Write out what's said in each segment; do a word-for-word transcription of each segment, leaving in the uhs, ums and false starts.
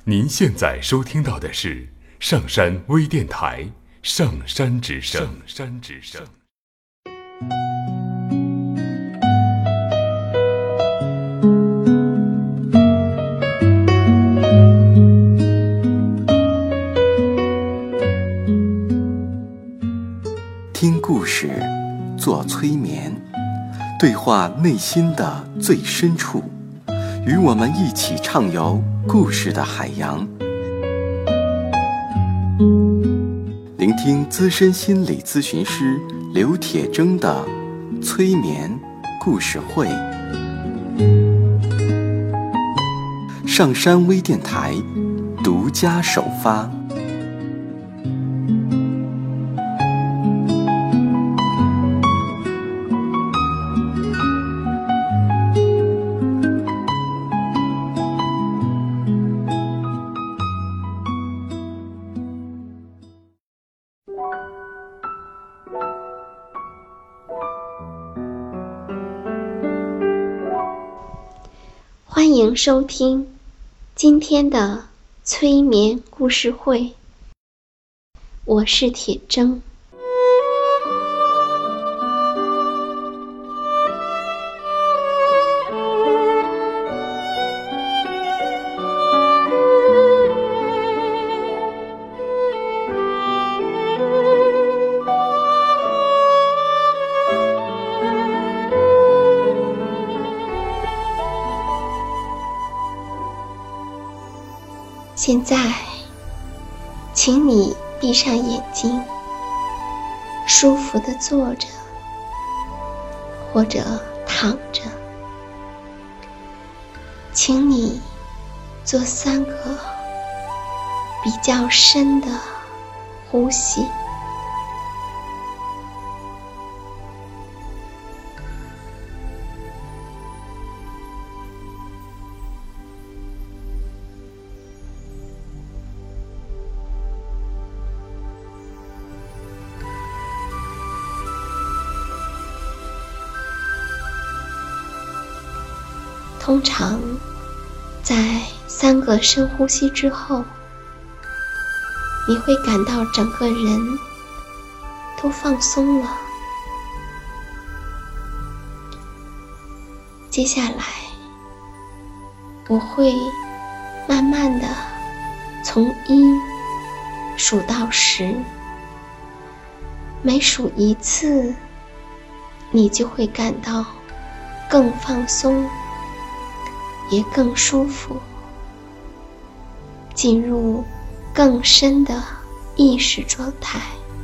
您现在收听到的是上山微电台《上山之声》。上山之声。 听故事，做催眠，对话内心的最深处，与我们一起畅游故事的海洋。聆听资深心理咨询师刘铁铮的催眠故事会。上山微电台独家首发。 欢迎收听今天的催眠故事会，我是铁铮。现在，请你闭上眼睛，舒服地坐着，或者躺着。请你做三个比较深的呼吸。通常在三个深呼吸之后，你会感到整个人都放松了。接下来我会慢慢的从一数到十，每数一次你就会感到更放松，也更舒服，进入更深的意识状态，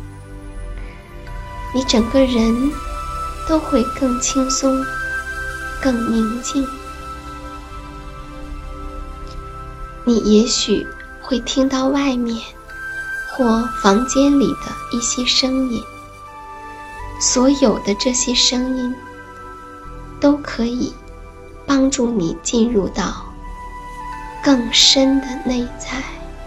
你整个人都会更轻松，更宁静。你也许会听到外面或房间里的一些声音，所有的这些声音都可以帮助你进入到更深的内在。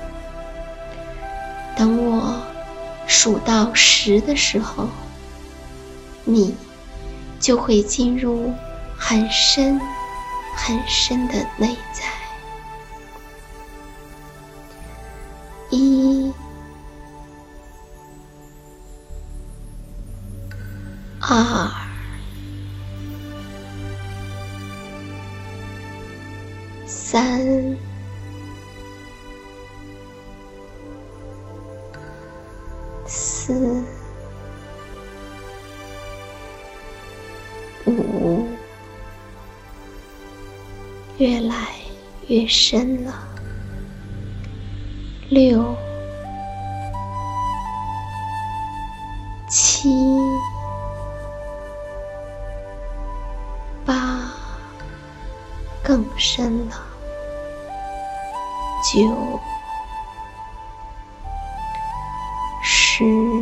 等我数到十的时候，你就会进入很深很深的内在。一、二、三、四、五，越来越深了。六、七、八，更深了。九、十，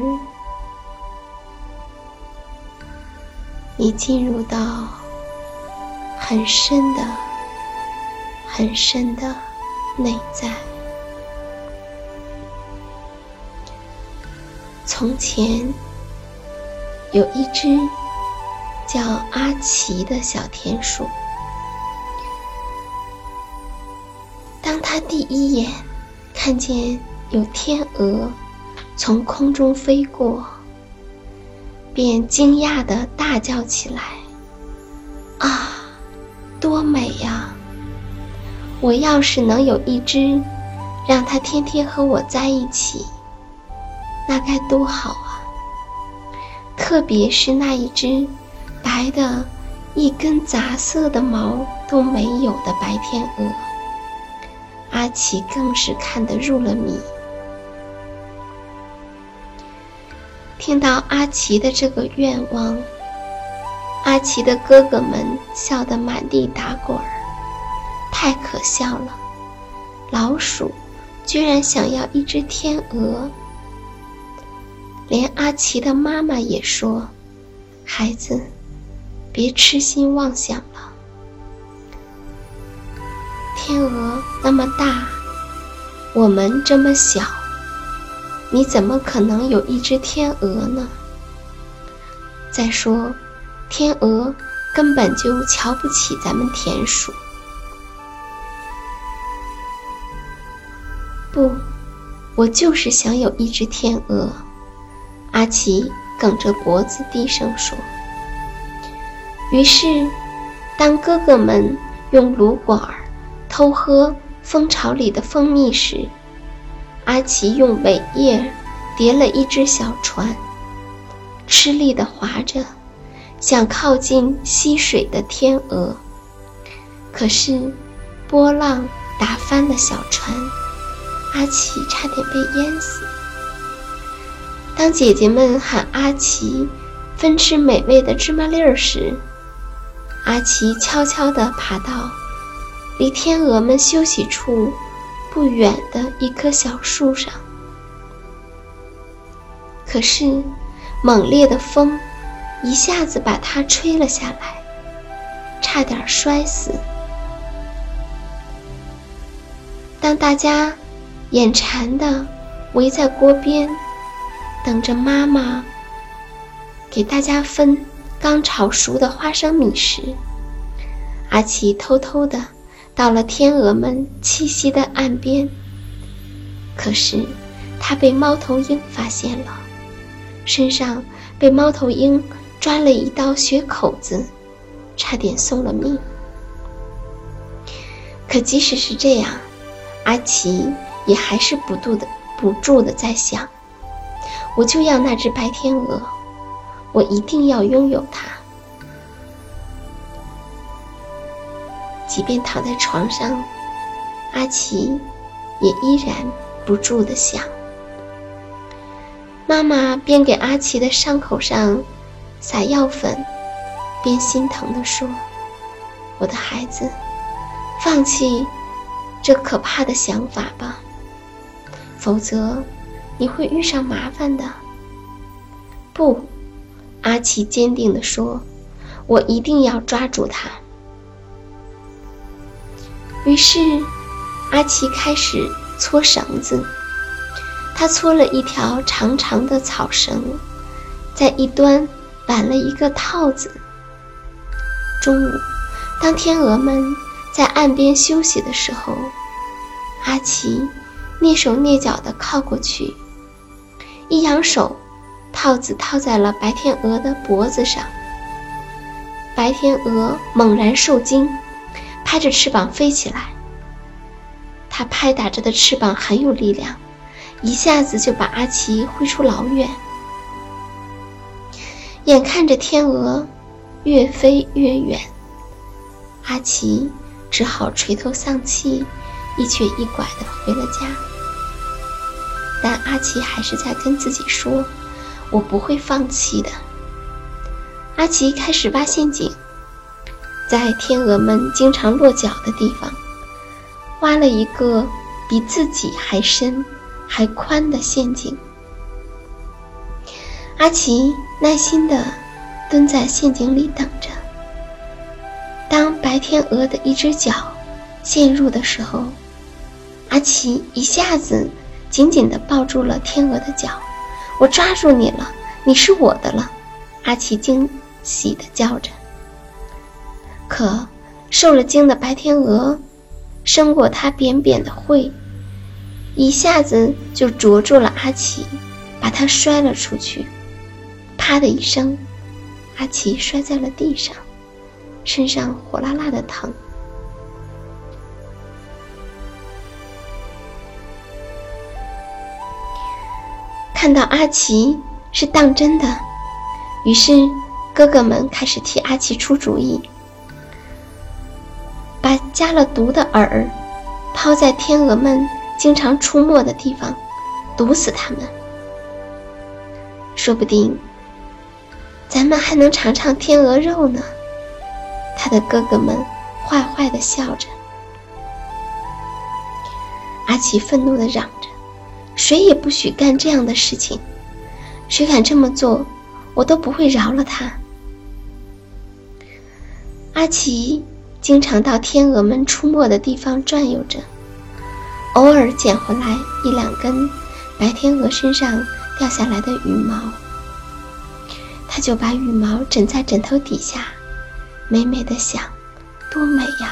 你进入到很深的、很深的内在。从前有一只叫阿奇的小田鼠，当它他第一眼看见有天鹅从空中飞过，便惊讶地大叫起来：啊，多美呀！我要是能有一只，让它天天和我在一起，那该多好啊！特别是那一只白的一根杂色的毛都没有的白天鹅，阿奇更是看得入了迷。听到阿奇的这个愿望，阿奇的哥哥们笑得满地打滚儿，太可笑了！老鼠居然想要一只天鹅。连阿奇的妈妈也说：孩子，别痴心妄想了。天鹅那么大，我们这么小，你怎么可能有一只天鹅呢？再说，天鹅根本就瞧不起咱们田鼠。不，我就是想有一只天鹅。阿奇梗着脖子低声说。于是，当哥哥们用芦管偷喝蜂巢里的蜂蜜时，阿奇用尾叶叠了一只小船，吃力地划着，想靠近溪水的天鹅。可是波浪打翻了小船，阿奇差点被淹死。当姐姐们喊阿奇分吃美味的芝麻粒儿时，阿奇悄悄地爬到离天鹅们休息处不远的一棵小树上。可是猛烈的风一下子把它吹了下来，差点摔死。当大家眼馋地围在锅边等着妈妈给大家分刚炒熟的花生米时，阿奇偷偷地到了天鹅们栖息的岸边。可是他被猫头鹰发现了，身上被猫头鹰钻了一道血口子，差点送了命。可即使是这样，阿奇也还是不住的不住的在想，我就要那只白天鹅，我一定要拥有它。即便躺在床上，阿奇也依然不住地想。妈妈边给阿奇的伤口上撒药粉，边心疼地说：我的孩子，放弃这可怕的想法吧，否则你会遇上麻烦的。不，阿奇坚定地说，我一定要抓住它。于是阿奇开始搓绳子，他搓了一条长长的草绳，在一端绑了一个套子。中午，当天鹅们在岸边休息的时候，阿奇蹑手蹑脚地靠过去，一扬手，套子套在了白天鹅的脖子上。白天鹅猛然受惊，拍着翅膀飞起来。它拍打着的翅膀很有力量，一下子就把阿奇挥出老远。眼看着天鹅越飞越远，阿奇只好垂头丧气，一瘸一拐地回了家。但阿奇还是在跟自己说，我不会放弃的。阿奇开始挖陷阱，在天鹅们经常落脚的地方挖了一个比自己还深还宽的陷阱。阿奇耐心地蹲在陷阱里等着。当白天鹅的一只脚陷入的时候，阿奇一下子紧紧地抱住了天鹅的脚。我抓住你了，你是我的了，阿奇惊喜地叫着。可受了惊的白天鹅伸过他扁扁的喙，一下子就捉住了阿奇，把他摔了出去。啪的一声，阿奇摔在了地上，身上火辣辣的疼。看到阿奇是当真的，于是哥哥们开始替阿奇出主意，把加了毒的饵抛在天鹅们经常出没的地方，毒死它们。说不定咱们还能尝尝天鹅肉呢。他的哥哥们坏坏地笑着。阿奇愤怒地嚷着，谁也不许干这样的事情，谁敢这么做，我都不会饶了他。阿奇经常到天鹅们出没的地方转悠着，偶尔捡回来一两根白天鹅身上掉下来的羽毛，他就把羽毛枕在枕头底下，美美地想，多美呀。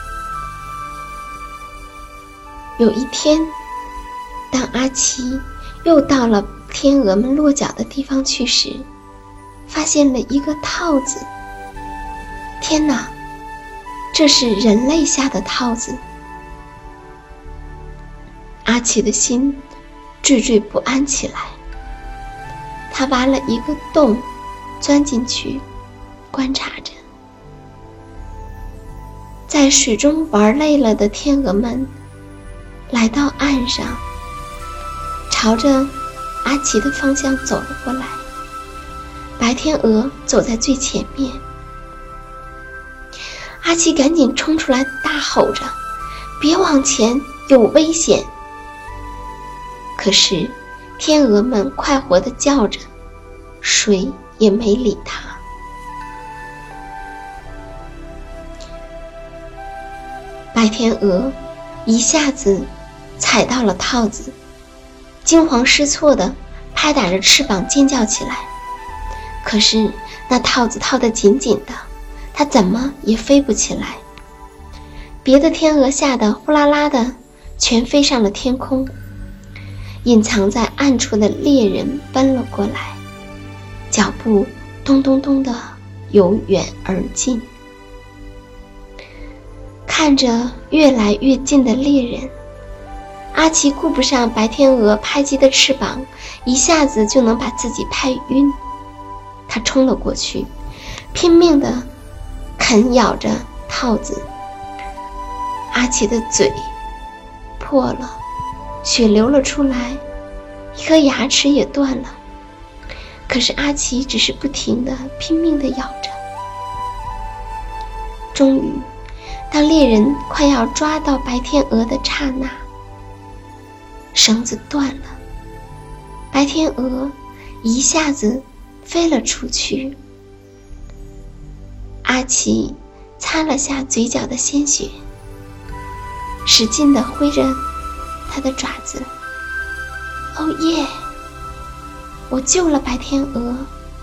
有一天，当阿奇又到了天鹅们落脚的地方去时，发现了一个套子。天哪，这是人类下的套子！阿奇的心惴惴不安起来，他挖了一个洞，钻进去观察着。在水中玩累了的天鹅们来到岸上，朝着阿奇的方向走了过来。白天鹅走在最前面，阿奇赶紧冲出来大吼着，别往前，有危险。可是天鹅们快活地叫着，谁也没理他。白天鹅一下子踩到了套子，惊慌失措地拍打着翅膀尖叫起来。可是那套子套得紧紧的，它怎么也飞不起来。别的天鹅吓得呼啦啦的全飞上了天空。隐藏在暗处的猎人奔了过来，脚步咚咚咚的由远而近。看着越来越近的猎人，阿奇顾不上白天鹅拍击的翅膀，一下子就能把自己拍晕。他冲了过去，拼命地啃咬着套子。阿奇的嘴破了，血流了出来，一颗牙齿也断了。可是阿奇只是不停地拼命地咬着。终于，当猎人快要抓到白天鹅的刹那，绳子断了，白天鹅一下子飞了出去。阿奇擦了下嘴角的鲜血，使劲地挥着他的爪子。哦耶！我救了白天鹅。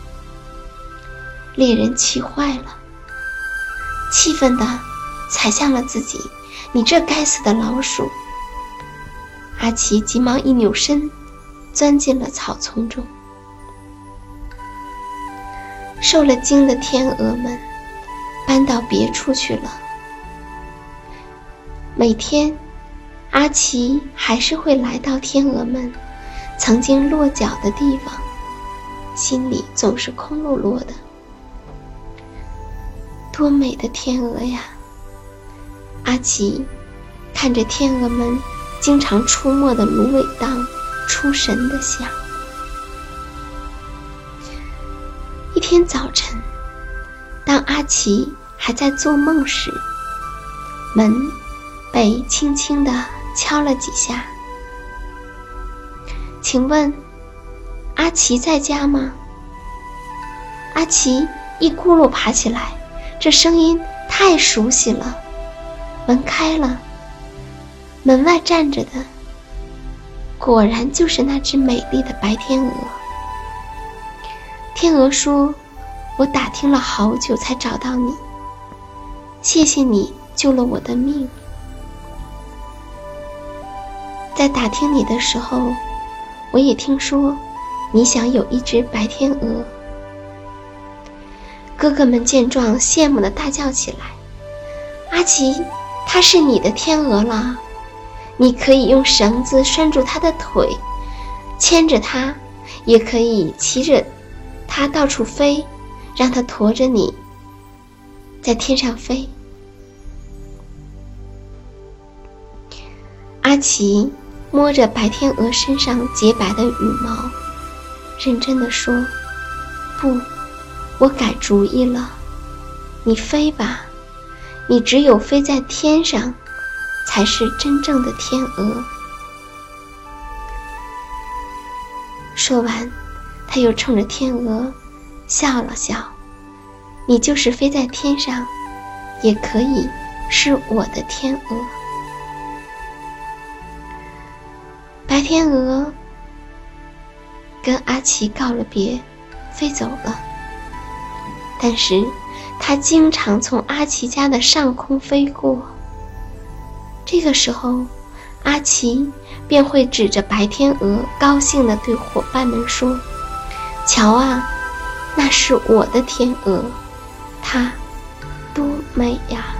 猎人气坏了，气愤地踩向了自己，你这该死的老鼠！阿奇急忙一扭身，钻进了草丛中。受了惊的天鹅们搬到别处去了。每天阿奇还是会来到天鹅们曾经落脚的地方，心里总是空落落的。多美的天鹅呀！阿奇看着天鹅们经常出没的芦苇荡，出神地想。一天早晨，当阿奇还在做梦时，门被轻轻地敲了几下。请问阿奇在家吗？阿奇一咕噜爬起来，这声音太熟悉了。门开了，门外站着的果然就是那只美丽的白天鹅。天鹅说，我打听了好久才找到你，谢谢你救了我的命。 在打听你的时候，我也听说你想有一只白天鹅。”哥哥们见状，羡慕地大叫起来：“阿奇，它是你的天鹅了！你可以用绳子拴住它的腿，牵着它，也可以骑着它到处飞，让它驮着你在天上飞。”阿奇摸着白天鹅身上洁白的羽毛，认真地说：“不，我改主意了，你飞吧，你只有飞在天上，才是真正的天鹅。”说完，他又冲着天鹅笑了笑：“你就是飞在天上，也可以是我的天鹅。”白天鹅跟阿奇告了别，飞走了。但是它经常从阿奇家的上空飞过。这个时候，阿奇便会指着白天鹅，高兴地对伙伴们说：“瞧啊，那是我的天鹅，它多美呀！”